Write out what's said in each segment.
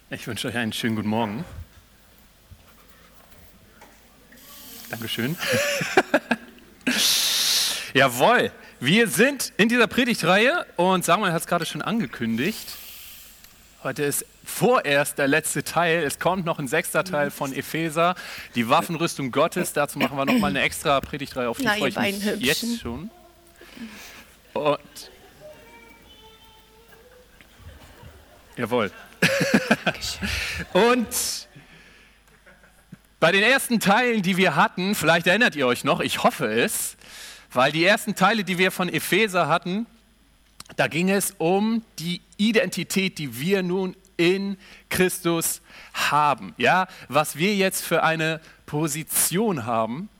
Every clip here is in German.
Ich wünsche euch einen schönen guten Morgen. Dankeschön. Jawohl, wir sind in dieser Predigtreihe und Samuel hat es gerade schon angekündigt. Heute ist vorerst der letzte Teil. Es kommt noch ein 6. Teil von Epheser, die Waffenrüstung Gottes. Dazu machen wir nochmal eine extra Predigtreihe, auf die freue ich mich jetzt schon. Und jawohl. Und bei den ersten Teilen, die wir hatten, vielleicht erinnert ihr euch noch, ich hoffe es, weil die ersten Teile, die wir von Epheser hatten, da ging es um die Identität, die wir nun in Christus haben. Ja, was wir jetzt für eine Position haben.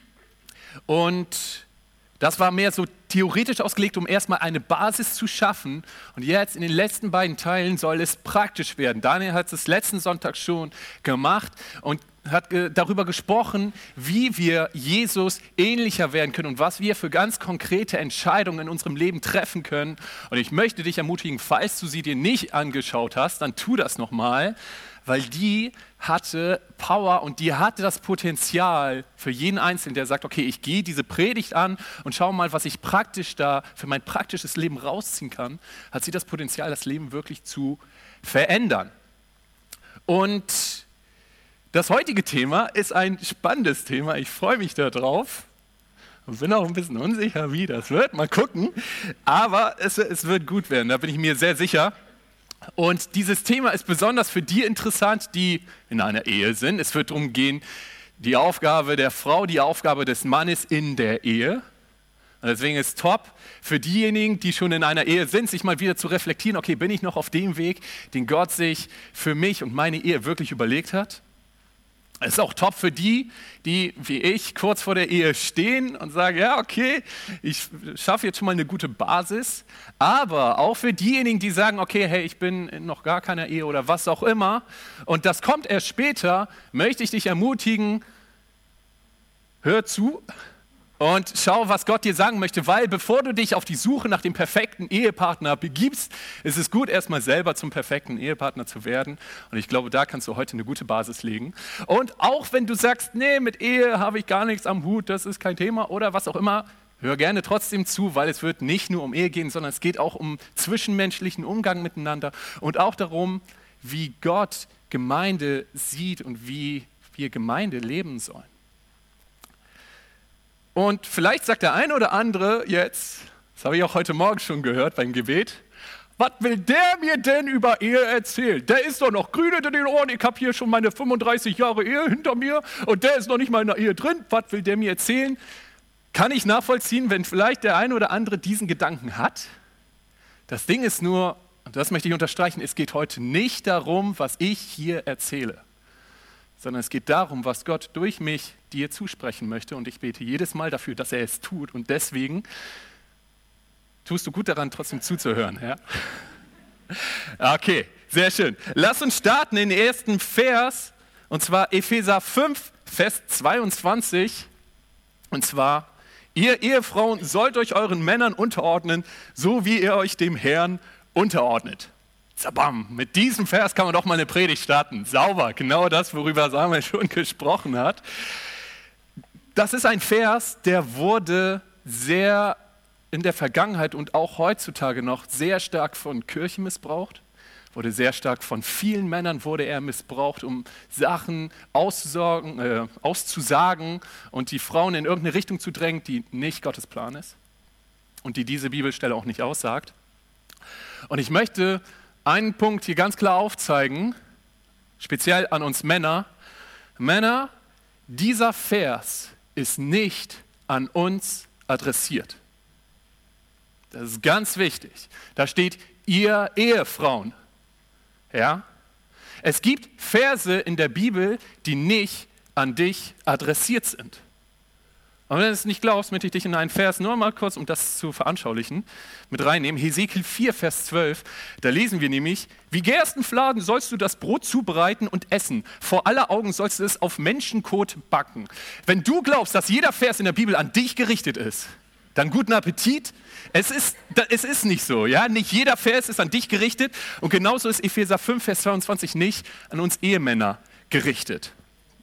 Und das war mehr so theoretisch ausgelegt, um erstmal eine Basis zu schaffen. Und jetzt in den letzten beiden Teilen soll es praktisch werden. Daniel hat es letzten Sonntag schon gemacht und hat darüber gesprochen, wie wir Jesus ähnlicher werden können und was wir für ganz konkrete Entscheidungen in unserem Leben treffen können. Und ich möchte dich ermutigen, falls du sie dir nicht angeschaut hast, dann tu das nochmal, weil die hatte Power und die hatte das Potenzial für jeden Einzelnen, der sagt, okay, ich gehe diese Predigt an und schau mal, was ich praktisch da für mein praktisches Leben rausziehen kann, hat sie das Potenzial, das Leben wirklich zu verändern. Und das heutige Thema ist ein spannendes Thema. Ich freue mich darauf und bin auch ein bisschen unsicher, wie das wird. Mal gucken. Aber es wird gut werden, da bin ich mir sehr sicher. Und dieses Thema ist besonders für die interessant, die in einer Ehe sind. Es wird darum gehen, die Aufgabe der Frau, die Aufgabe des Mannes in der Ehe. Und deswegen ist es top für diejenigen, die schon in einer Ehe sind, sich mal wieder zu reflektieren, okay, bin ich noch auf dem Weg, den Gott sich für mich und meine Ehe wirklich überlegt hat? Es ist auch top für die, die wie ich kurz vor der Ehe stehen und sagen, ja okay, ich schaffe jetzt schon mal eine gute Basis, aber auch für diejenigen, die sagen, okay, hey, ich bin in noch gar keiner Ehe oder was auch immer und das kommt erst später, möchte ich dich ermutigen, hör zu und schau, was Gott dir sagen möchte, weil bevor du dich auf die Suche nach dem perfekten Ehepartner begibst, ist es gut, erstmal selber zum perfekten Ehepartner zu werden. Und ich glaube, da kannst du heute eine gute Basis legen. Und auch wenn du sagst, nee, mit Ehe habe ich gar nichts am Hut, das ist kein Thema oder was auch immer, hör gerne trotzdem zu, weil es wird nicht nur um Ehe gehen, sondern es geht auch um zwischenmenschlichen Umgang miteinander und auch darum, wie Gott Gemeinde sieht und wie wir Gemeinde leben sollen. Und vielleicht sagt der eine oder andere jetzt, das habe ich auch heute Morgen schon gehört beim Gebet, was will der mir denn über Ehe erzählen? Der ist doch noch grün hinter den Ohren, ich habe hier schon meine 35 Jahre Ehe hinter mir und der ist noch nicht mal in der Ehe drin, was will der mir erzählen? Kann ich nachvollziehen, wenn vielleicht der eine oder andere diesen Gedanken hat? Das Ding ist nur, und das möchte ich unterstreichen, es geht heute nicht darum, was ich hier erzähle, sondern es geht darum, was Gott durch mich dir zusprechen möchte. Und ich bete jedes Mal dafür, dass er es tut. Und deswegen tust du gut daran, trotzdem zuzuhören. Ja? Okay, sehr schön. Lass uns starten in den ersten Vers, und zwar Epheser 5, Vers 22. Und zwar, ihr Ehefrauen sollt euch euren Männern unterordnen, so wie ihr euch dem Herrn unterordnet. Zabam, mit diesem Vers kann man doch mal eine Predigt starten. Sauber, genau das, worüber Samuel schon gesprochen hat. Das ist ein Vers, der wurde sehr in der Vergangenheit und auch heutzutage noch sehr stark von Kirchen missbraucht. Wurde sehr stark von vielen Männern wurde er missbraucht, um Sachen auszusagen und die Frauen in irgendeine Richtung zu drängen, die nicht Gottes Plan ist und die diese Bibelstelle auch nicht aussagt. Und ich möchte einen Punkt hier ganz klar aufzeigen, speziell an uns Männer. Männer, dieser Vers ist nicht an uns adressiert. Das ist ganz wichtig. Da steht, ihr Ehefrauen. Ja? Es gibt Verse in der Bibel, die nicht an dich adressiert sind. Und wenn du es nicht glaubst, möchte ich dich in einen Vers nur mal kurz, um das zu veranschaulichen, mit reinnehmen. Hesekiel 4, Vers 12, da lesen wir nämlich, wie Gerstenfladen sollst du das Brot zubereiten und essen. Vor aller Augen sollst du es auf Menschenkot backen. Wenn du glaubst, dass jeder Vers in der Bibel an dich gerichtet ist, dann guten Appetit. Es ist nicht so, ja. Nicht jeder Vers ist an dich gerichtet und genauso ist Epheser 5, Vers 22 nicht an uns Ehemänner gerichtet.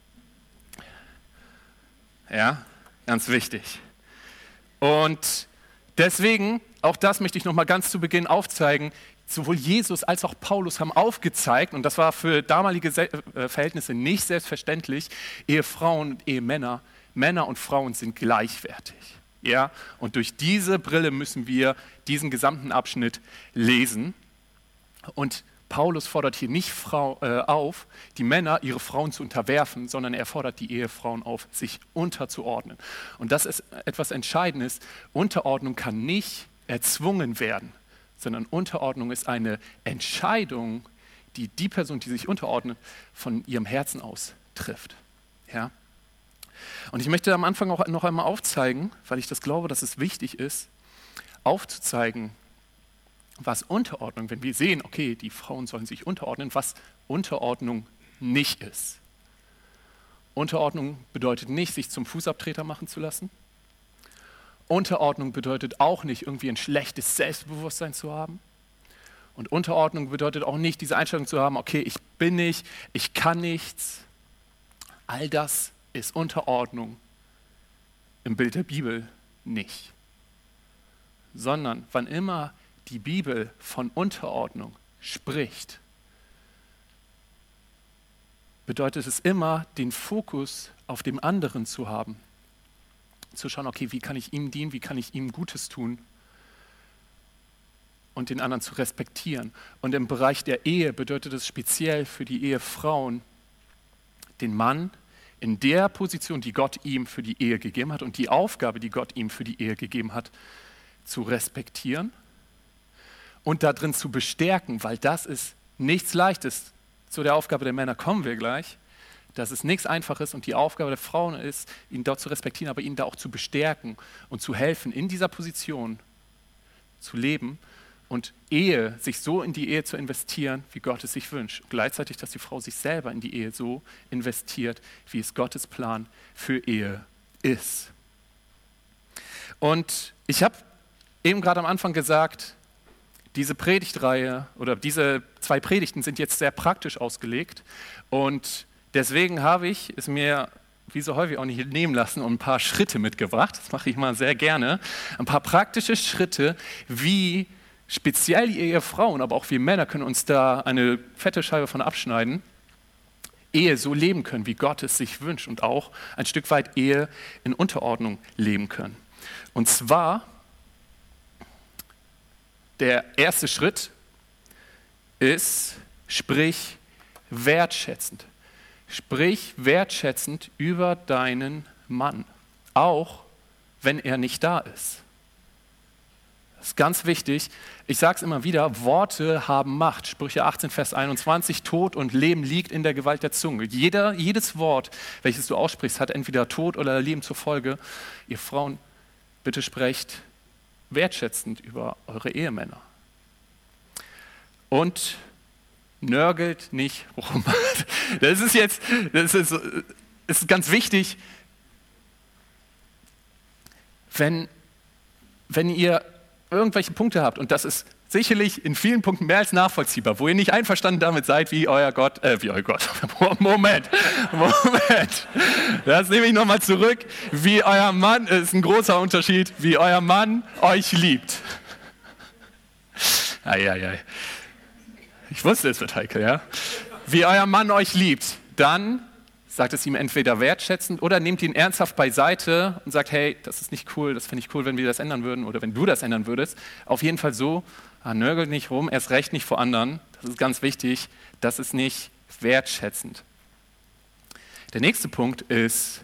Ja, ganz wichtig. Und deswegen, auch das möchte ich nochmal ganz zu Beginn aufzeigen, sowohl Jesus als auch Paulus haben aufgezeigt, und das war für damalige Verhältnisse nicht selbstverständlich, Ehefrauen und Ehemänner, Männer und Frauen sind gleichwertig. Ja? Und durch diese Brille müssen wir diesen gesamten Abschnitt lesen. Und Paulus fordert hier nicht auf, die Männer ihre Frauen zu unterwerfen, sondern er fordert die Ehefrauen auf, sich unterzuordnen. Und das ist etwas Entscheidendes. Unterordnung kann nicht erzwungen werden, sondern Unterordnung ist eine Entscheidung, die Person, die sich unterordnet, von ihrem Herzen aus trifft. Ja? Und ich möchte am Anfang auch noch einmal aufzeigen, weil ich das glaube, dass es wichtig ist, aufzuzeigen, was Unterordnung, wenn wir sehen, okay, die Frauen sollen sich unterordnen, was Unterordnung nicht ist. Unterordnung bedeutet nicht, sich zum Fußabtreter machen zu lassen. Unterordnung bedeutet auch nicht, irgendwie ein schlechtes Selbstbewusstsein zu haben. Und Unterordnung bedeutet auch nicht, diese Einstellung zu haben, okay, ich bin nicht, ich kann nichts. All das ist Unterordnung im Bild der Bibel nicht. Sondern wann immer die Bibel von Unterordnung spricht, bedeutet es immer, den Fokus auf dem anderen zu haben. Zu schauen, okay, wie kann ich ihm dienen, wie kann ich ihm Gutes tun und den anderen zu respektieren. Und im Bereich der Ehe bedeutet es speziell für die Ehefrauen, den Mann in der Position, die Gott ihm für die Ehe gegeben hat und die Aufgabe, die Gott ihm für die Ehe gegeben hat, zu respektieren und darin zu bestärken, weil das ist nichts Leichtes. Zu der Aufgabe der Männer kommen wir gleich. Das ist nichts Einfaches und die Aufgabe der Frauen ist, ihn dort zu respektieren, aber ihn da auch zu bestärken und zu helfen, in dieser Position zu leben und sich so in die Ehe zu investieren, wie Gott es sich wünscht. Und gleichzeitig, dass die Frau sich selber in die Ehe so investiert, wie es Gottes Plan für Ehe ist. Und ich habe eben gerade am Anfang gesagt, diese Predigtreihe oder diese 2 Predigten sind jetzt sehr praktisch ausgelegt und deswegen habe ich es mir wie so häufig auch nicht nehmen lassen und ein paar Schritte mitgebracht. Das mache ich mal sehr gerne. Ein paar praktische Schritte, wie speziell die Ehefrauen, aber auch wir Männer können uns da eine fette Scheibe von abschneiden, Ehe so leben können, wie Gott es sich wünscht und auch ein Stück weit Ehe in Unterordnung leben können. Und zwar, der erste Schritt ist, sprich wertschätzend. Sprich wertschätzend über deinen Mann, auch wenn er nicht da ist. Das ist ganz wichtig. Ich sage es immer wieder, Worte haben Macht. Sprüche 18, Vers 21, Tod und Leben liegt in der Gewalt der Zunge. Jedes Wort, welches du aussprichst, hat entweder Tod oder Leben zur Folge. Ihr Frauen, bitte sprecht wertschätzend über eure Ehemänner. Und nörgelt nicht rum. Das ist ganz wichtig, wenn ihr irgendwelche Punkte habt, und das ist sicherlich in vielen Punkten mehr als nachvollziehbar, wo ihr nicht einverstanden damit seid, wie euer Gott, Moment, das nehme ich nochmal zurück, wie euer Mann, ist ein großer Unterschied, wie euer Mann euch liebt. Eieiei. Ich wusste, es wird heikel, ja? Wie euer Mann euch liebt, dann sagt es ihm entweder wertschätzend oder nehmt ihn ernsthaft beiseite und sagt, hey, das ist nicht cool, das finde ich cool, wenn wir das ändern würden oder wenn du das ändern würdest. Auf jeden Fall so, nörgelt nicht rum, erst recht nicht vor anderen. Das ist ganz wichtig, das ist nicht wertschätzend. Der nächste Punkt ist,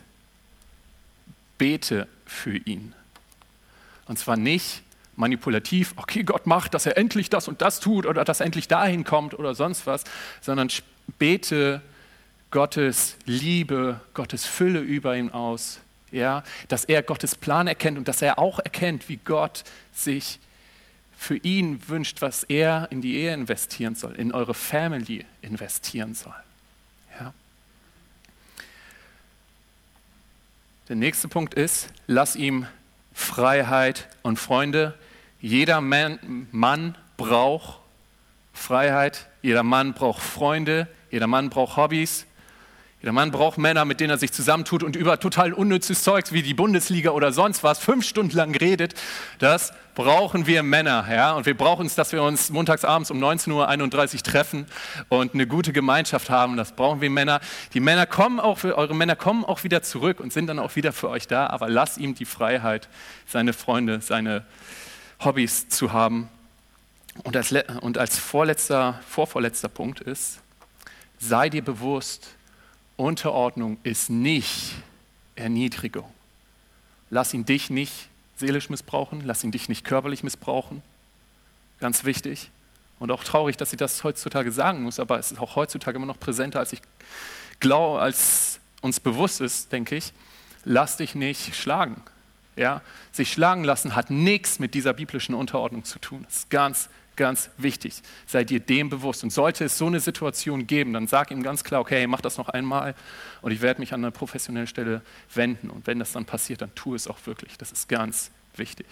bete für ihn. Und zwar nicht manipulativ, okay, Gott macht, dass er endlich das und das tut oder dass er endlich dahin kommt oder sonst was, sondern bete Gottes Liebe, Gottes Fülle über ihn aus, ja, dass er Gottes Plan erkennt und dass er auch erkennt, wie Gott sich für ihn wünscht, was er in die Ehe investieren soll, in eure Family investieren soll. Ja. Der nächste Punkt ist, lass ihm Freiheit und Freunde. Jeder Mann braucht Freiheit, jeder Mann braucht Freunde, jeder Mann braucht Hobbys, jeder Mann braucht Männer, mit denen er sich zusammentut und über total unnützes Zeugs wie die Bundesliga oder sonst was 5 Stunden lang redet. Das brauchen wir Männer. Ja? Und wir brauchen es, dass wir uns montagsabends um 19:31 Uhr treffen und eine gute Gemeinschaft haben. Das brauchen wir Männer. Eure Männer kommen auch wieder zurück und sind dann auch wieder für euch da. Aber lasst ihm die Freiheit, seine Freunde, seine Hobbys zu haben. Und als vorvorletzter Punkt ist, sei dir bewusst, Unterordnung ist nicht Erniedrigung. Lass ihn dich nicht seelisch missbrauchen, lass ihn dich nicht körperlich missbrauchen. Ganz wichtig und auch traurig, dass ich das heutzutage sagen muss, aber es ist auch heutzutage immer noch präsenter, als ich glaube, als uns bewusst ist, denke ich. Lass dich nicht schlagen. Ja? Sich schlagen lassen hat nichts mit dieser biblischen Unterordnung zu tun. Das ist ganz wichtig, sei dir dem bewusst. Und sollte es so eine Situation geben, dann sag ihm ganz klar, okay, mach das noch einmal und ich werde mich an eine professionelle Stelle wenden. Und wenn das dann passiert, dann tu es auch wirklich. Das ist ganz wichtig.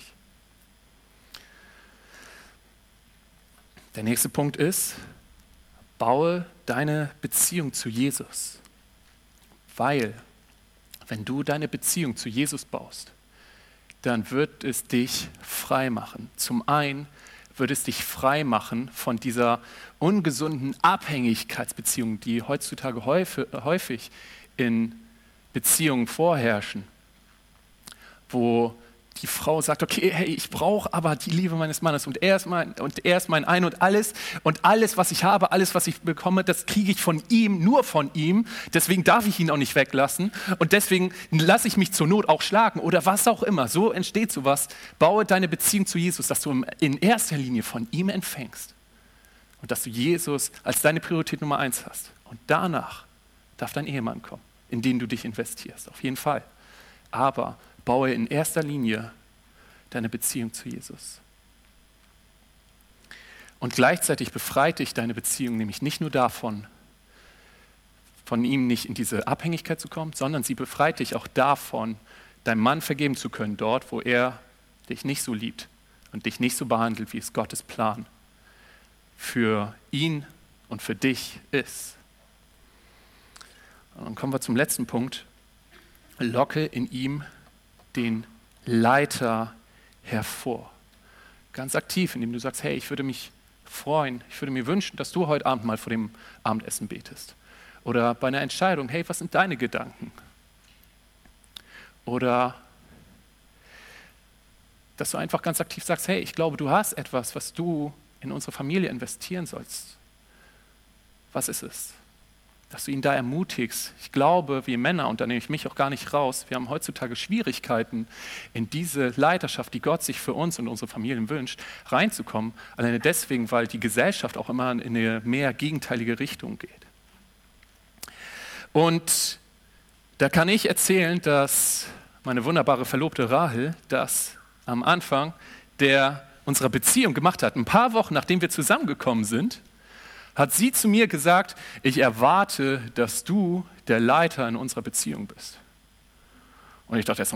Der nächste Punkt ist, baue deine Beziehung zu Jesus. Weil, wenn du deine Beziehung zu Jesus baust, dann wird es dich frei machen. Zum einen wird es dich frei machen von dieser ungesunden Abhängigkeitsbeziehung, die heutzutage häufig in Beziehungen vorherrschen, wo die Frau sagt, okay, hey, ich brauche aber die Liebe meines Mannes und er ist mein Ein und alles, was ich habe, alles, was ich bekomme, das kriege ich von ihm, nur von ihm, deswegen darf ich ihn auch nicht weglassen und deswegen lasse ich mich zur Not auch schlagen oder was auch immer. So entsteht sowas. Baue deine Beziehung zu Jesus, dass du in erster Linie von ihm empfängst und dass du Jesus als deine Priorität Nummer 1 hast. Und danach darf dein Ehemann kommen, in den du dich investierst, auf jeden Fall. Aber baue in erster Linie deine Beziehung zu Jesus. Und gleichzeitig befreit dich deine Beziehung nämlich nicht nur davon, von ihm nicht in diese Abhängigkeit zu kommen, sondern sie befreit dich auch davon, deinem Mann vergeben zu können, dort, wo er dich nicht so liebt und dich nicht so behandelt, wie es Gottes Plan für ihn und für dich ist. Und dann kommen wir zum letzten Punkt. Locke in ihm den Leiter hervor. Ganz aktiv, indem du sagst, hey, ich würde mich freuen, ich würde mir wünschen, dass du heute Abend mal vor dem Abendessen betest. Oder bei einer Entscheidung, hey, was sind deine Gedanken? Oder dass du einfach ganz aktiv sagst, hey, ich glaube, du hast etwas, was du in unsere Familie investieren sollst. Was ist es? Dass du ihn da ermutigst. Ich glaube, wir Männer, und da nehme ich mich auch gar nicht raus, wir haben heutzutage Schwierigkeiten, in diese Leiterschaft, die Gott sich für uns und unsere Familien wünscht, reinzukommen. Alleine deswegen, weil die Gesellschaft auch immer in eine mehr gegenteilige Richtung geht. Und da kann ich erzählen, dass meine wunderbare Verlobte Rahel das am Anfang unserer Beziehung gemacht hat. Ein paar Wochen, nachdem wir zusammengekommen sind, hat sie zu mir gesagt, ich erwarte, dass du der Leiter in unserer Beziehung bist. Und ich dachte erst so,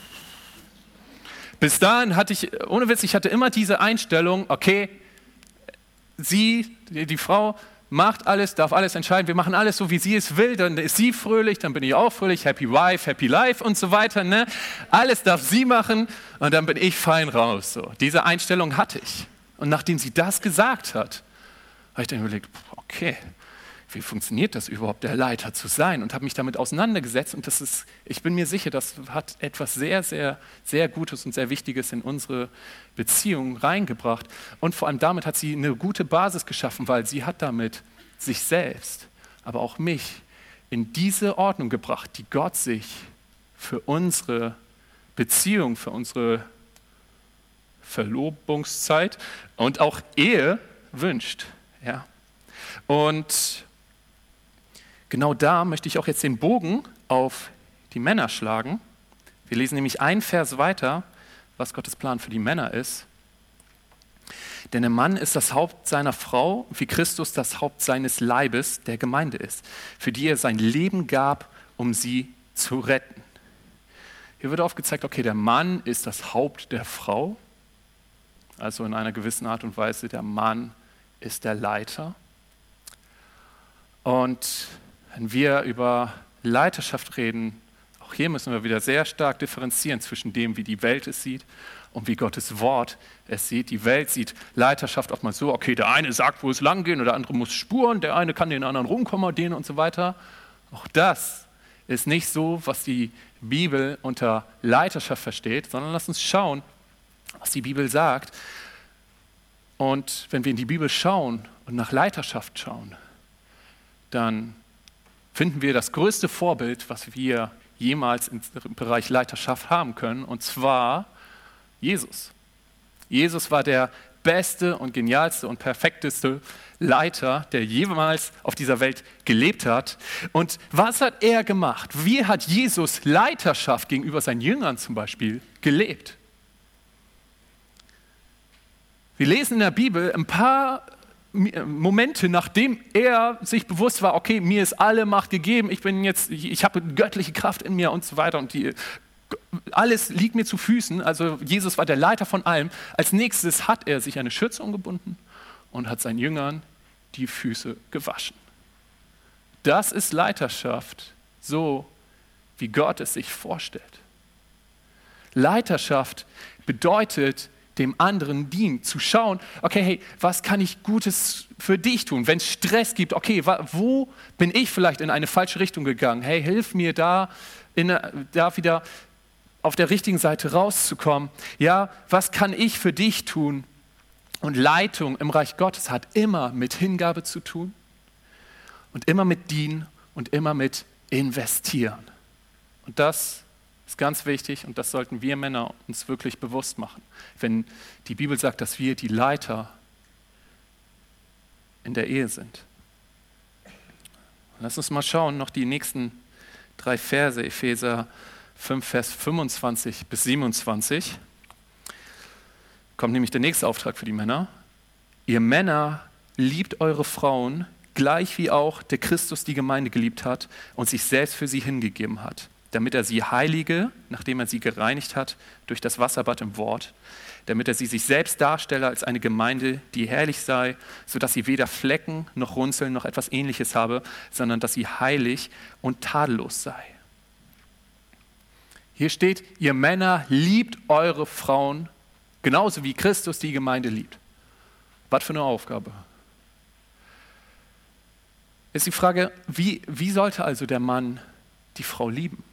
bis dahin hatte ich, ohne Witz, ich hatte immer diese Einstellung, okay, sie, die Frau, macht alles, darf alles entscheiden, wir machen alles so, wie sie es will, dann ist sie fröhlich, dann bin ich auch fröhlich, happy wife, happy life und so weiter. Ne? Alles darf sie machen und dann bin ich fein raus. So. Diese Einstellung hatte ich. Und nachdem sie das gesagt hat, habe ich dann überlegt, okay, wie funktioniert das überhaupt, der Leiter zu sein? Und habe mich damit auseinandergesetzt und ich bin mir sicher, das hat etwas sehr, sehr, sehr Gutes und sehr Wichtiges in unsere Beziehung reingebracht. Und vor allem damit hat sie eine gute Basis geschaffen, weil sie hat damit sich selbst, aber auch mich in diese Ordnung gebracht, die Gott sich für unsere Beziehung, für unsere Verlobungszeit und auch Ehe wünscht. Ja. Und genau da möchte ich auch jetzt den Bogen auf die Männer schlagen. Wir lesen nämlich einen Vers weiter, was Gottes Plan für die Männer ist. Denn der Mann ist das Haupt seiner Frau, wie Christus das Haupt seines Leibes, der Gemeinde ist, für die er sein Leben gab, um sie zu retten. Hier wird aufgezeigt, okay, der Mann ist das Haupt der Frau, also in einer gewissen Art und Weise, der Mann ist der Leiter. Und wenn wir über Leiterschaft reden, auch hier müssen wir wieder sehr stark differenzieren zwischen dem, wie die Welt es sieht und wie Gottes Wort es sieht. Die Welt sieht Leiterschaft oftmals so, okay, der eine sagt, wo es lang geht, und der andere muss spuren, der eine kann den anderen rumkommandieren und so weiter. Auch das ist nicht so, was die Bibel unter Leiterschaft versteht, sondern lass uns schauen, was die Bibel sagt. Und wenn wir in die Bibel schauen und nach Leiterschaft schauen, dann finden wir das größte Vorbild, was wir jemals im Bereich Leiterschaft haben können, und zwar Jesus. Jesus war der beste und genialste und perfekteste Leiter, der jemals auf dieser Welt gelebt hat. Und was hat er gemacht? Wie hat Jesus Leiterschaft gegenüber seinen Jüngern zum Beispiel gelebt? Wir lesen in der Bibel ein paar Momente, nachdem er sich bewusst war, okay, mir ist alle Macht gegeben, ich habe göttliche Kraft in mir und so weiter, und alles liegt mir zu Füßen. Also Jesus war der Leiter von allem. Als nächstes hat er sich eine Schürze umgebunden und hat seinen Jüngern die Füße gewaschen. Das ist Leiterschaft, so wie Gott es sich vorstellt. Leiterschaft bedeutet, dem anderen dienen, zu schauen, okay, hey, was kann ich Gutes für dich tun? Wenn es Stress gibt, okay, wo bin ich vielleicht in eine falsche Richtung gegangen? Hey, hilf mir da wieder auf der richtigen Seite rauszukommen. Ja, was kann ich für dich tun? Und Leitung im Reich Gottes hat immer mit Hingabe zu tun und immer mit Dienen und immer mit Investieren. Und das ist ganz wichtig, und das sollten wir Männer uns wirklich bewusst machen. Wenn die Bibel sagt, dass wir die Leiter in der Ehe sind. Lass uns mal schauen, noch die nächsten 3 Verse, Epheser 5, Vers 25 bis 27. Kommt nämlich der nächste Auftrag für die Männer. Ihr Männer, liebt eure Frauen, gleich wie auch der Christus die Gemeinde geliebt hat und sich selbst für sie hingegeben hat, damit er sie heilige, nachdem er sie gereinigt hat durch das Wasserbad im Wort, damit er sie sich selbst darstelle als eine Gemeinde, die herrlich sei, sodass sie weder Flecken noch Runzeln noch etwas Ähnliches habe, sondern dass sie heilig und tadellos sei. Hier steht, ihr Männer, liebt eure Frauen, genauso wie Christus die Gemeinde liebt. Was für eine Aufgabe. Ist die Frage, wie sollte also der Mann die Frau lieben?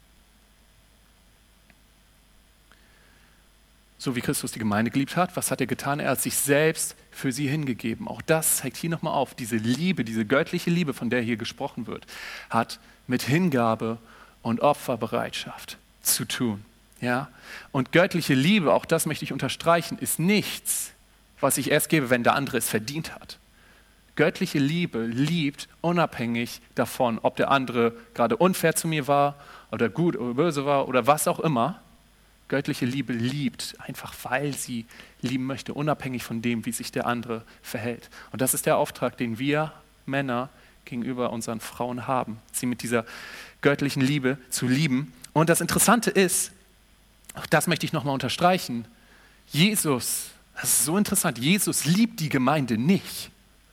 So wie Christus die Gemeinde geliebt hat, was hat er getan? Er hat sich selbst für sie hingegeben. Auch das zeigt hier nochmal auf, diese Liebe, diese göttliche Liebe, von der hier gesprochen wird, hat mit Hingabe und Opferbereitschaft zu tun. Ja? Und göttliche Liebe, auch das möchte ich unterstreichen, ist nichts, was ich erst gebe, wenn der andere es verdient hat. Göttliche Liebe liebt unabhängig davon, ob der andere gerade unfair zu mir war oder gut oder böse war oder was auch immer. Göttliche Liebe liebt einfach, weil sie lieben möchte, unabhängig von dem, wie sich der andere verhält. Und das ist der Auftrag, den wir Männer gegenüber unseren Frauen haben, sie mit dieser göttlichen Liebe zu lieben. Und das Interessante ist, auch das möchte ich nochmal unterstreichen, Jesus, das ist so interessant, Jesus liebt die Gemeinde nicht,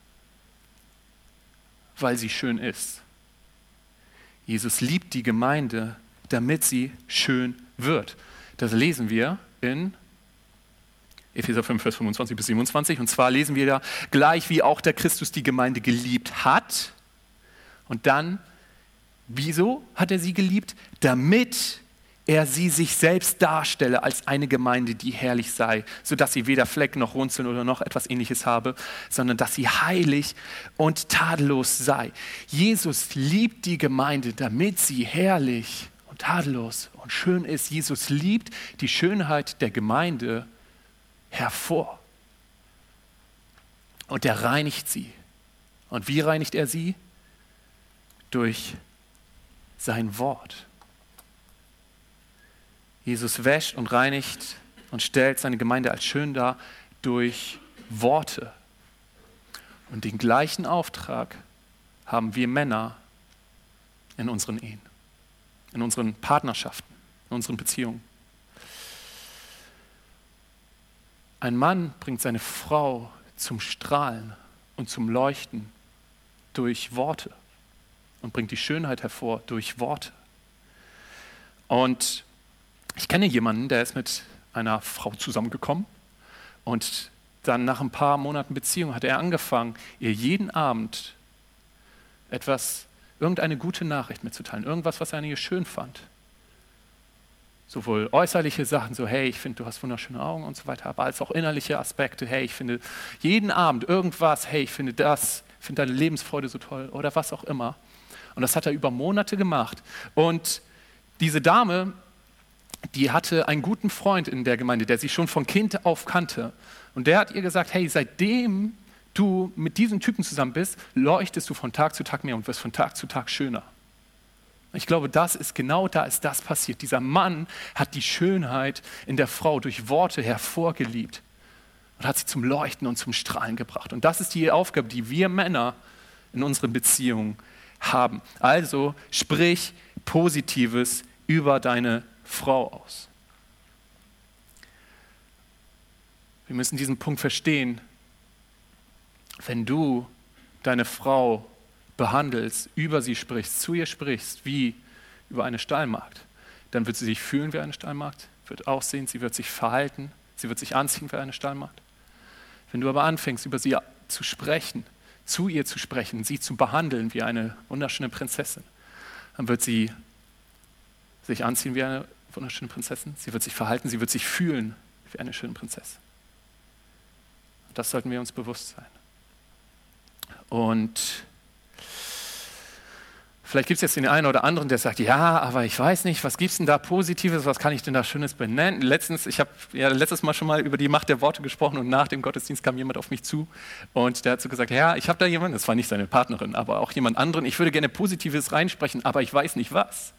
weil sie schön ist. Jesus liebt die Gemeinde, damit sie schön wird. Das lesen wir in Epheser 5, Vers 25 bis 27. Und zwar lesen wir da, gleich wie auch der Christus die Gemeinde geliebt hat. Und dann, wieso hat er sie geliebt? Damit er sie sich selbst darstelle als eine Gemeinde, die herrlich sei, sodass sie weder Fleck noch Runzeln oder noch etwas Ähnliches habe, sondern dass sie heilig und tadellos sei. Jesus liebt die Gemeinde, damit sie herrlich und tadellos und schön ist. Jesus liebt die Schönheit der Gemeinde hervor. Und er reinigt sie. Und wie reinigt er sie? Durch sein Wort. Jesus wäscht und reinigt und stellt seine Gemeinde als schön dar durch Worte. Und den gleichen Auftrag haben wir Männer in unseren Ehen, in unseren Partnerschaften, in unseren Beziehungen. Ein Mann bringt seine Frau zum Strahlen und zum Leuchten durch Worte und bringt die Schönheit hervor durch Worte. Und ich kenne jemanden, der ist mit einer Frau zusammengekommen und dann nach ein paar Monaten Beziehung hat er angefangen, ihr jeden Abend irgendeine gute Nachricht mitzuteilen, irgendwas, was er an ihr schön fand. Sowohl äußerliche Sachen, so hey, ich finde, du hast wunderschöne Augen und so weiter, aber als auch innerliche Aspekte, hey, ich finde jeden Abend irgendwas, hey, ich finde deine Lebensfreude so toll oder was auch immer. Und das hat er über Monate gemacht. Und diese Dame, die hatte einen guten Freund in der Gemeinde, der sie schon von Kind auf kannte. Und der hat ihr gesagt, hey, seitdem du mit diesem Typen zusammen bist, leuchtest du von Tag zu Tag mehr und wirst von Tag zu Tag schöner. Ich glaube, da ist das passiert. Dieser Mann hat die Schönheit in der Frau durch Worte hervorgeliebt und hat sie zum Leuchten und zum Strahlen gebracht. Und das ist die Aufgabe, die wir Männer in unseren Beziehungen haben. Also sprich Positives über deine Frau aus. Wir müssen diesen Punkt verstehen. Wenn du deine Frau behandelst, über sie sprichst, zu ihr sprichst, wie über eine Stallmagd, dann wird sie sich fühlen wie eine Stallmagd, wird aussehen, sie wird sich verhalten, sie wird sich anziehen wie eine Stallmagd. Wenn du aber anfängst, über sie zu sprechen, zu ihr zu sprechen, sie zu behandeln wie eine wunderschöne Prinzessin, dann wird sie sich anziehen wie eine wunderschöne Prinzessin, sie wird sich verhalten, sie wird sich fühlen wie eine schöne Prinzessin. Das sollten wir uns bewusst sein. Und vielleicht gibt es jetzt den einen oder anderen, der sagt, ja, aber ich weiß nicht, was gibt es denn da Positives, was kann ich denn da Schönes benennen? Ich habe letztes Mal schon mal über die Macht der Worte gesprochen und nach dem Gottesdienst kam jemand auf mich zu und der hat so gesagt, ja, ich habe da jemanden, das war nicht seine Partnerin, aber auch jemand anderen, ich würde gerne Positives reinsprechen, aber ich weiß nicht was.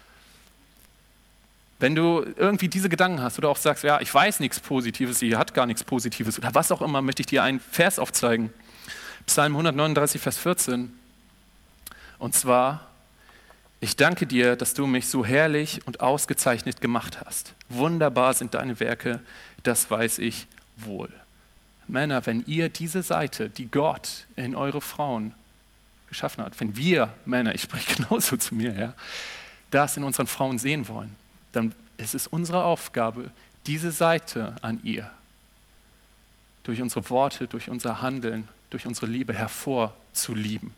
Wenn du irgendwie diese Gedanken hast oder auch sagst, ja, ich weiß nichts Positives, sie hat gar nichts Positives oder was auch immer, möchte ich dir einen Vers aufzeigen. Psalm 139, Vers 14. Und zwar, ich danke dir, dass du mich so herrlich und ausgezeichnet gemacht hast. Wunderbar sind deine Werke, das weiß ich wohl. Männer, wenn ihr diese Seite, die Gott in eure Frauen geschaffen hat, wenn wir Männer, ich spreche genauso zu mir, ja, das in unseren Frauen sehen wollen, dann ist es unsere Aufgabe, diese Seite an ihr durch unsere Worte, durch unser Handeln, durch unsere Liebe hervorzulieben.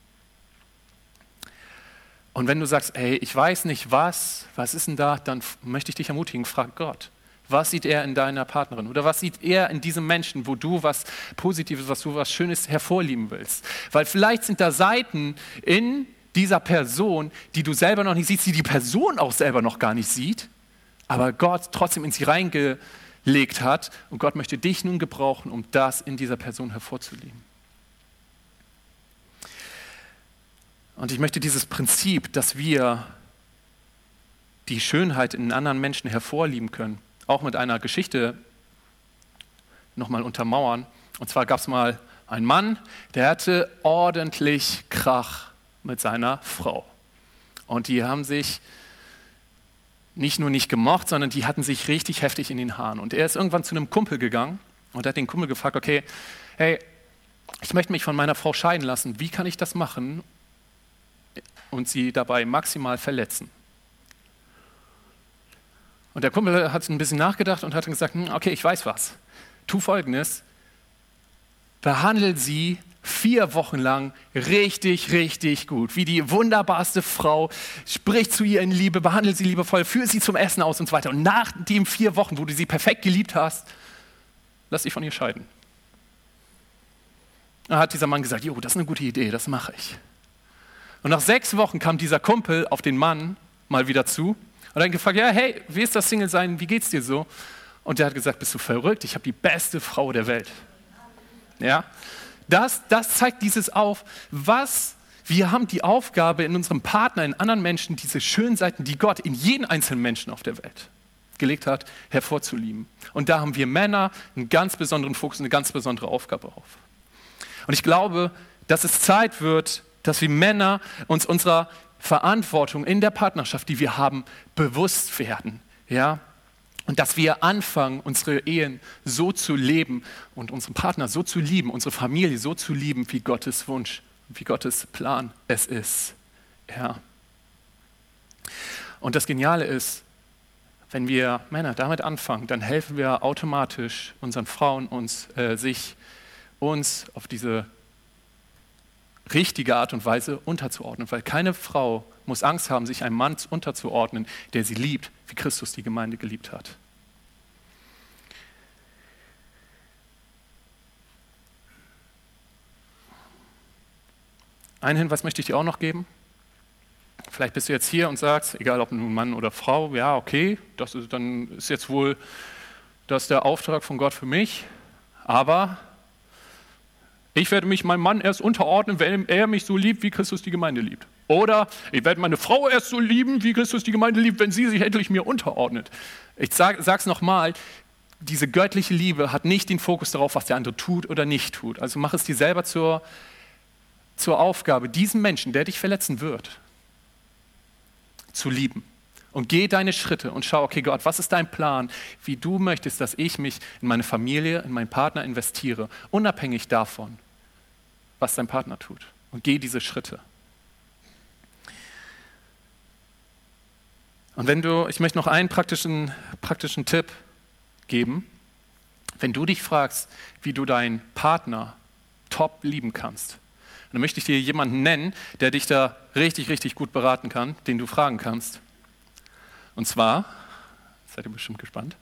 Und wenn du sagst, ey, ich weiß nicht was ist denn da, dann möchte ich dich ermutigen, frag Gott. Was sieht er in deiner Partnerin? Oder was sieht er in diesem Menschen, wo du was Positives, was Schönes hervorlieben willst? Weil vielleicht sind da Seiten in dieser Person, die du selber noch nicht siehst, die Person auch selber noch gar nicht sieht, aber Gott trotzdem in sie reingelegt hat und Gott möchte dich nun gebrauchen, um das in dieser Person hervorzulieben. Und ich möchte dieses Prinzip, dass wir die Schönheit in anderen Menschen hervorlieben können, auch mit einer Geschichte nochmal untermauern. Und zwar gab es mal einen Mann, der hatte ordentlich Krach mit seiner Frau. Und die haben sich nicht nur nicht gemocht, sondern die hatten sich richtig heftig in den Haaren. Und er ist irgendwann zu einem Kumpel gegangen und hat den Kumpel gefragt, okay, hey, ich möchte mich von meiner Frau scheiden lassen. Wie kann ich das machen und sie dabei maximal verletzen? Und der Kumpel hat ein bisschen nachgedacht und hat dann gesagt, okay, ich weiß was. Tu Folgendes, behandle sie 4 Wochen lang richtig, richtig gut. Wie die wunderbarste Frau, sprich zu ihr in Liebe, behandle sie liebevoll, führe sie zum Essen aus und so weiter. Und nach den 4 Wochen, wo du sie perfekt geliebt hast, lass dich von ihr scheiden. Da hat dieser Mann gesagt, jo, das ist eine gute Idee, das mache ich. Und nach 6 Wochen kam dieser Kumpel auf den Mann mal wieder zu und hat gefragt, ja, hey, wie ist das Single-Sein, wie geht's dir so? Und der hat gesagt, bist du verrückt, ich habe die beste Frau der Welt. Ja, das zeigt dieses auf, wir haben die Aufgabe in unserem Partner, in anderen Menschen, diese schönen Seiten, die Gott in jeden einzelnen Menschen auf der Welt gelegt hat, hervorzulieben. Und da haben wir Männer einen ganz besonderen Fokus, eine ganz besondere Aufgabe auf. Und ich glaube, dass es Zeit wird, dass wir Männer uns unserer Verantwortung in der Partnerschaft, die wir haben, bewusst werden, Ja? Und dass wir anfangen, unsere Ehen so zu leben und unseren Partner so zu lieben, unsere Familie so zu lieben, wie Gottes Wunsch, wie Gottes Plan es ist. Ja. Und das Geniale ist, wenn wir Männer damit anfangen, dann helfen wir automatisch unseren Frauen, uns auf diese richtige Art und Weise unterzuordnen. Weil keine Frau muss Angst haben, sich einem Mann unterzuordnen, der sie liebt, wie Christus die Gemeinde geliebt hat. Einen Hinweis möchte ich dir auch noch geben. Vielleicht bist du jetzt hier und sagst, egal ob nun Mann oder Frau, ja, okay, dann ist jetzt wohl das der Auftrag von Gott für mich, aber ich werde mich meinem Mann erst unterordnen, wenn er mich so liebt, wie Christus die Gemeinde liebt. Oder ich werde meine Frau erst so lieben, wie Christus die Gemeinde liebt, wenn sie sich endlich mir unterordnet. Ich sag's nochmal, diese göttliche Liebe hat nicht den Fokus darauf, was der andere tut oder nicht tut. Also mach es dir selber zur Aufgabe, diesen Menschen, der dich verletzen wird, zu lieben. Und geh deine Schritte und schau, okay Gott, was ist dein Plan, wie du möchtest, dass ich mich in meine Familie, in meinen Partner investiere, unabhängig davon, was dein Partner tut. Und geh diese Schritte. Und ich möchte noch einen praktischen Tipp geben. Wenn du dich fragst, wie du deinen Partner top lieben kannst, dann möchte ich dir jemanden nennen, der dich da richtig, richtig gut beraten kann, den du fragen kannst. Und zwar, seid ihr bestimmt gespannt,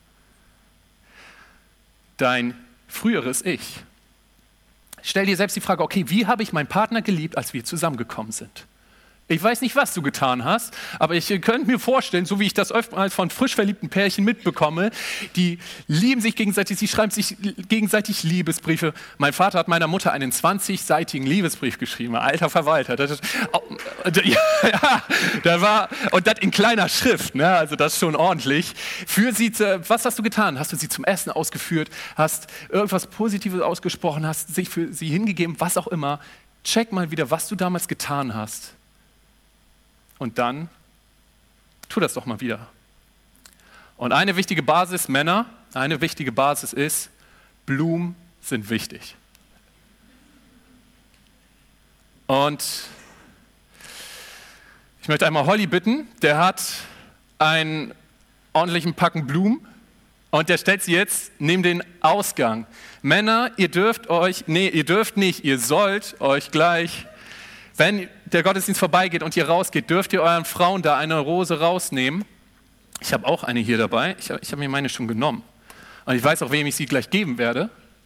dein früheres Ich. Stell dir selbst die Frage, okay, wie habe ich meinen Partner geliebt, als wir zusammengekommen sind? Ich weiß nicht, was du getan hast, aber ich könnte mir vorstellen, so wie ich das oftmals von frisch verliebten Pärchen mitbekomme, die lieben sich gegenseitig, sie schreiben sich gegenseitig Liebesbriefe. Mein Vater hat meiner Mutter einen 20-seitigen Liebesbrief geschrieben, alter Verwalter. Und das in kleiner Schrift, ne? Also das ist schon ordentlich. Was hast du getan? Hast du sie zum Essen ausgeführt, hast irgendwas Positives ausgesprochen, hast sich für sie hingegeben, was auch immer. Check mal wieder, was du damals getan hast. Und dann tu das doch mal wieder. Und eine wichtige Basis, Männer, ist, Blumen sind wichtig. Und ich möchte einmal Holly bitten, der hat einen ordentlichen Packen Blumen und der stellt sie jetzt neben den Ausgang. Männer, ihr sollt euch gleich, wenn der Gottesdienst vorbeigeht und ihr rausgeht, dürft ihr euren Frauen da eine Rose rausnehmen. Ich habe auch eine hier dabei. Ich habe mir meine schon genommen. Und ich weiß auch, wem ich sie gleich geben werde.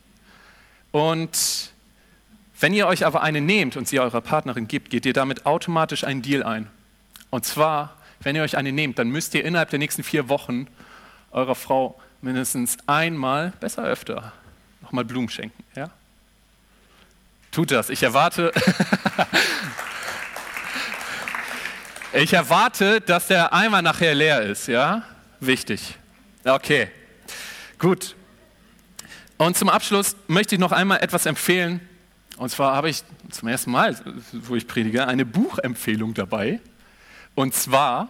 Und wenn ihr euch aber eine nehmt und sie eurer Partnerin gibt, geht ihr damit automatisch einen Deal ein. Und zwar, wenn ihr euch eine nehmt, dann müsst ihr innerhalb der nächsten 4 Wochen eurer Frau mindestens einmal, besser öfter, nochmal Blumen schenken. Ja? Tut das. Ich erwarte, dass der Eimer nachher leer ist. Ja? Wichtig. Okay, gut. Und zum Abschluss möchte ich noch einmal etwas empfehlen. Und zwar habe ich zum ersten Mal, wo ich predige, eine Buchempfehlung dabei. Und zwar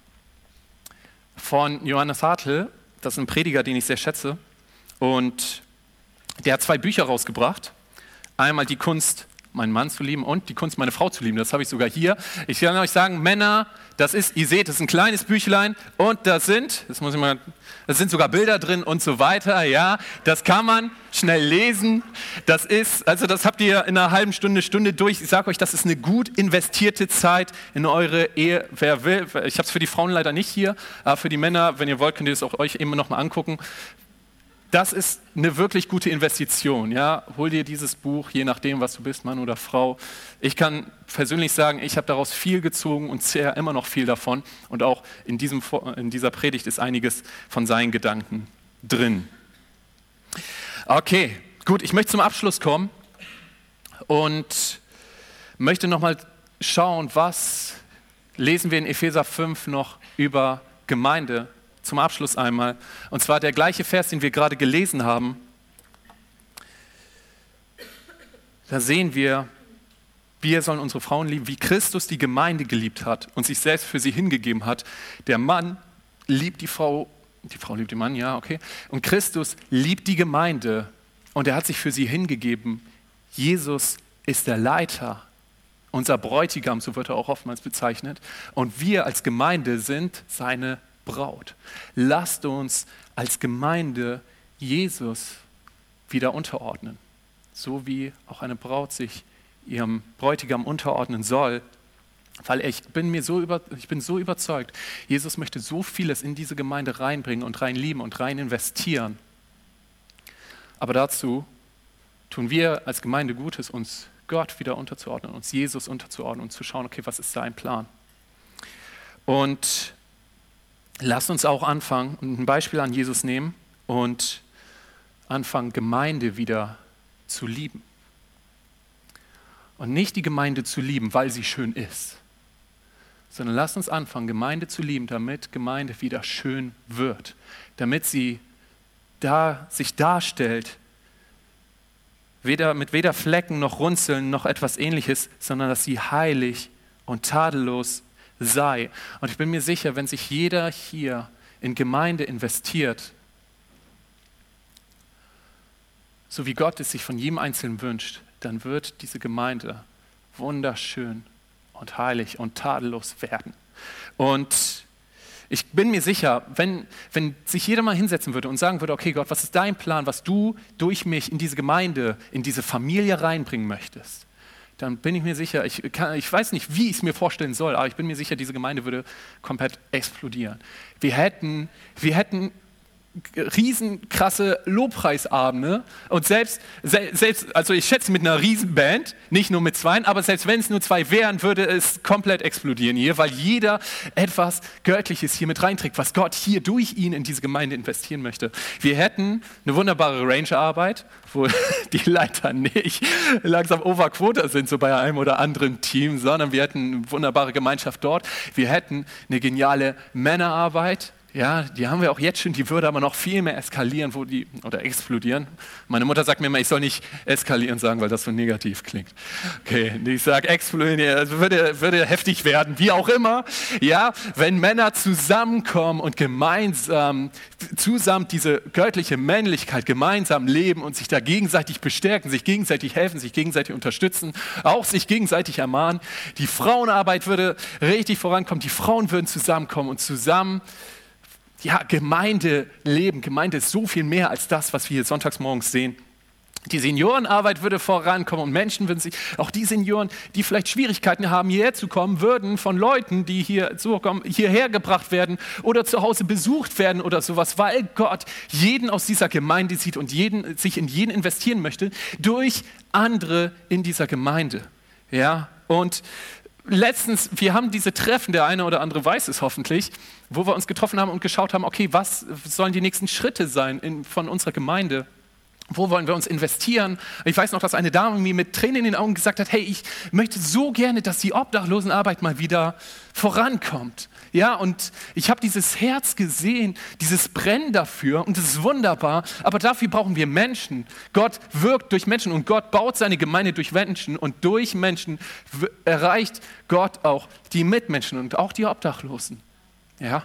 von Johannes Hartl. Das ist ein Prediger, den ich sehr schätze. Und der hat 2 Bücher rausgebracht. Einmal die Kunst, meinen Mann zu lieben und die Kunst, meine Frau zu lieben. Das habe ich sogar hier. Ich kann euch sagen, Männer, ihr seht, das ist ein kleines Büchlein und da sind sogar Bilder drin und so weiter. Ja, das kann man schnell lesen. Das habt ihr in einer halben Stunde durch. Ich sage euch, das ist eine gut investierte Zeit in eure Ehe. Wer will, ich habe es für die Frauen leider nicht hier, aber für die Männer, wenn ihr wollt, könnt ihr es auch euch eben noch mal angucken. Das ist eine wirklich gute Investition. Ja? Hol dir dieses Buch, je nachdem, was du bist, Mann oder Frau. Ich kann persönlich sagen, ich habe daraus viel gezogen und zehre immer noch viel davon. Und auch in dieser Predigt ist einiges von seinen Gedanken drin. Okay, gut, ich möchte zum Abschluss kommen und möchte nochmal schauen, was lesen wir in Epheser 5 noch über Gemeinde. Zum Abschluss einmal. Und zwar der gleiche Vers, den wir gerade gelesen haben. Da sehen wir, wir sollen unsere Frauen lieben, wie Christus die Gemeinde geliebt hat und sich selbst für sie hingegeben hat. Der Mann liebt die Frau Die Frau liebt den Mann, ja, okay. Und Christus liebt die Gemeinde und er hat sich für sie hingegeben. Jesus ist der Leiter, unser Bräutigam, so wird er auch oftmals bezeichnet. Und wir als Gemeinde sind seine Braut. Lasst uns als Gemeinde Jesus wieder unterordnen, so wie auch eine Braut sich ihrem Bräutigam unterordnen soll. Weil ich bin so überzeugt, Jesus möchte so vieles in diese Gemeinde reinbringen und rein lieben und rein investieren. Aber dazu tun wir als Gemeinde Gutes, uns Gott wieder unterzuordnen, uns Jesus unterzuordnen und zu schauen, okay, was ist sein Plan? Und lasst uns auch anfangen und ein Beispiel an Jesus nehmen und anfangen, Gemeinde wieder zu lieben. Und nicht die Gemeinde zu lieben, weil sie schön ist, sondern lasst uns anfangen, Gemeinde zu lieben, damit Gemeinde wieder schön wird, damit sie sich darstellt, mit weder Flecken noch Runzeln noch etwas Ähnliches, sondern dass sie heilig und tadellos sei. Und ich bin mir sicher, wenn sich jeder hier in Gemeinde investiert, so wie Gott es sich von jedem Einzelnen wünscht, dann wird diese Gemeinde wunderschön und heilig und tadellos werden. Und ich bin mir sicher, wenn sich jeder mal hinsetzen würde und sagen würde, okay Gott, was ist dein Plan, was du durch mich in diese Gemeinde, in diese Familie reinbringen möchtest, dann bin ich mir sicher, ich weiß nicht, wie ich es mir vorstellen soll, aber ich bin mir sicher, diese Gemeinde würde komplett explodieren. Wir hätten riesenkrasse Lobpreisabende und selbst, also ich schätze mit einer Riesenband, nicht nur mit zweien, aber selbst wenn es nur zwei wären, würde es komplett explodieren hier, weil jeder etwas Göttliches hier mit reinträgt, was Gott hier durch ihn in diese Gemeinde investieren möchte. Wir hätten eine wunderbare Rangerarbeit, wo die Leiter nicht langsam overquota sind, so bei einem oder anderen Team, sondern wir hätten eine wunderbare Gemeinschaft dort. Wir hätten eine geniale Männerarbeit. Ja, die haben wir auch jetzt schon, die würde aber noch viel mehr eskalieren oder explodieren. Meine Mutter sagt mir immer, ich soll nicht eskalieren sagen, weil das so negativ klingt. Okay, ich sage explodieren, also würde heftig werden, wie auch immer. Ja, wenn Männer zusammenkommen und gemeinsam diese göttliche Männlichkeit gemeinsam leben und sich da gegenseitig bestärken, sich gegenseitig helfen, sich gegenseitig unterstützen, auch sich gegenseitig ermahnen. Die Frauenarbeit würde richtig vorankommen, die Frauen würden zusammenkommen und zusammen Gemeinde leben. Gemeinde ist so viel mehr als das, was wir hier sonntags morgens sehen. Die Seniorenarbeit würde vorankommen und Menschen würden sich, auch die Senioren, die vielleicht Schwierigkeiten haben, hierher zu kommen, würden von Leuten, die hierher gebracht werden oder zu Hause besucht werden oder sowas, weil Gott jeden aus dieser Gemeinde sieht und sich in jeden investieren möchte, durch andere in dieser Gemeinde. Ja, und letztens, wir haben diese Treffen, der eine oder andere weiß es hoffentlich, wo wir uns getroffen haben und geschaut haben, okay, was sollen die nächsten Schritte sein von unserer Gemeinde? Wo wollen wir uns investieren? Ich weiß noch, dass eine Dame mir mit Tränen in den Augen gesagt hat, hey, ich möchte so gerne, dass die Obdachlosenarbeit mal wieder vorankommt. Ja, und ich habe dieses Herz gesehen, dieses Brennen dafür und das ist wunderbar, aber dafür brauchen wir Menschen. Gott wirkt durch Menschen und Gott baut seine Gemeinde durch Menschen und durch Menschen erreicht Gott auch die Mitmenschen und auch die Obdachlosen. Ja.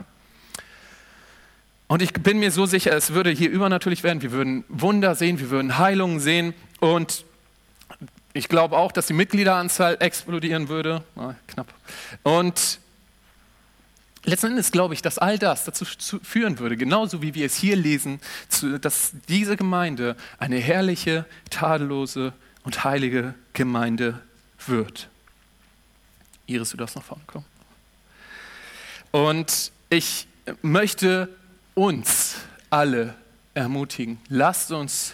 Und ich bin mir so sicher, es würde hier übernatürlich werden. Wir würden Wunder sehen, wir würden Heilungen sehen. Und ich glaube auch, dass die Mitgliederanzahl explodieren würde. Knapp. Und letzten Endes glaube ich, dass all das dazu führen würde, genauso wie wir es hier lesen, dass diese Gemeinde eine herrliche, tadellose und heilige Gemeinde wird. Iris, du darfst nach vorne kommen. Und ich möchte uns alle ermutigen. Lasst uns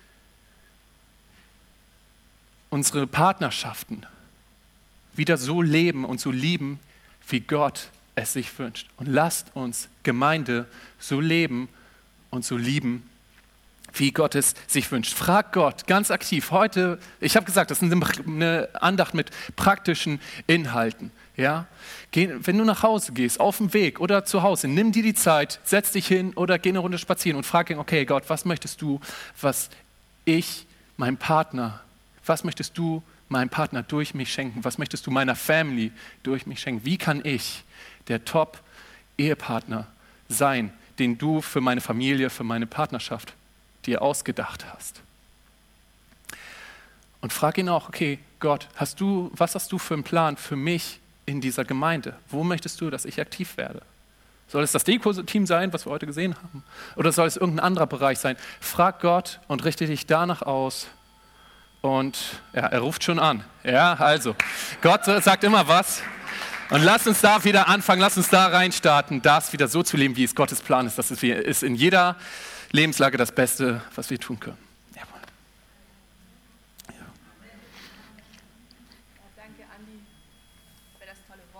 unsere Partnerschaften wieder so leben und so lieben, wie Gott es sich wünscht. Und lasst uns Gemeinde so leben und so lieben, wie Gott es sich wünscht. Frag Gott ganz aktiv. Heute, ich habe gesagt, das ist eine Andacht mit praktischen Inhalten. Ja? Wenn du nach Hause gehst, auf dem Weg oder zu Hause, nimm dir die Zeit, setz dich hin oder geh eine Runde spazieren und frag ihn, okay Gott, was möchtest du meinem Partner durch mich schenken? Was möchtest du meiner Family durch mich schenken? Wie kann ich der Top-Ehepartner sein, den du für meine Familie, für meine Partnerschaft dir ausgedacht hast. Und frag ihn auch, okay, Gott, was hast du für einen Plan für mich in dieser Gemeinde? Wo möchtest du, dass ich aktiv werde? Soll es das Deko-Team sein, was wir heute gesehen haben? Oder soll es irgendein anderer Bereich sein? Frag Gott und richte dich danach aus. Und ja, er ruft schon an. Ja, also, Gott sagt immer was. Und lass uns da wieder anfangen, lass uns da reinstarten, das wieder so zu leben, wie es Gottes Plan ist. Das ist in jeder Lebenslage das Beste, was wir tun können.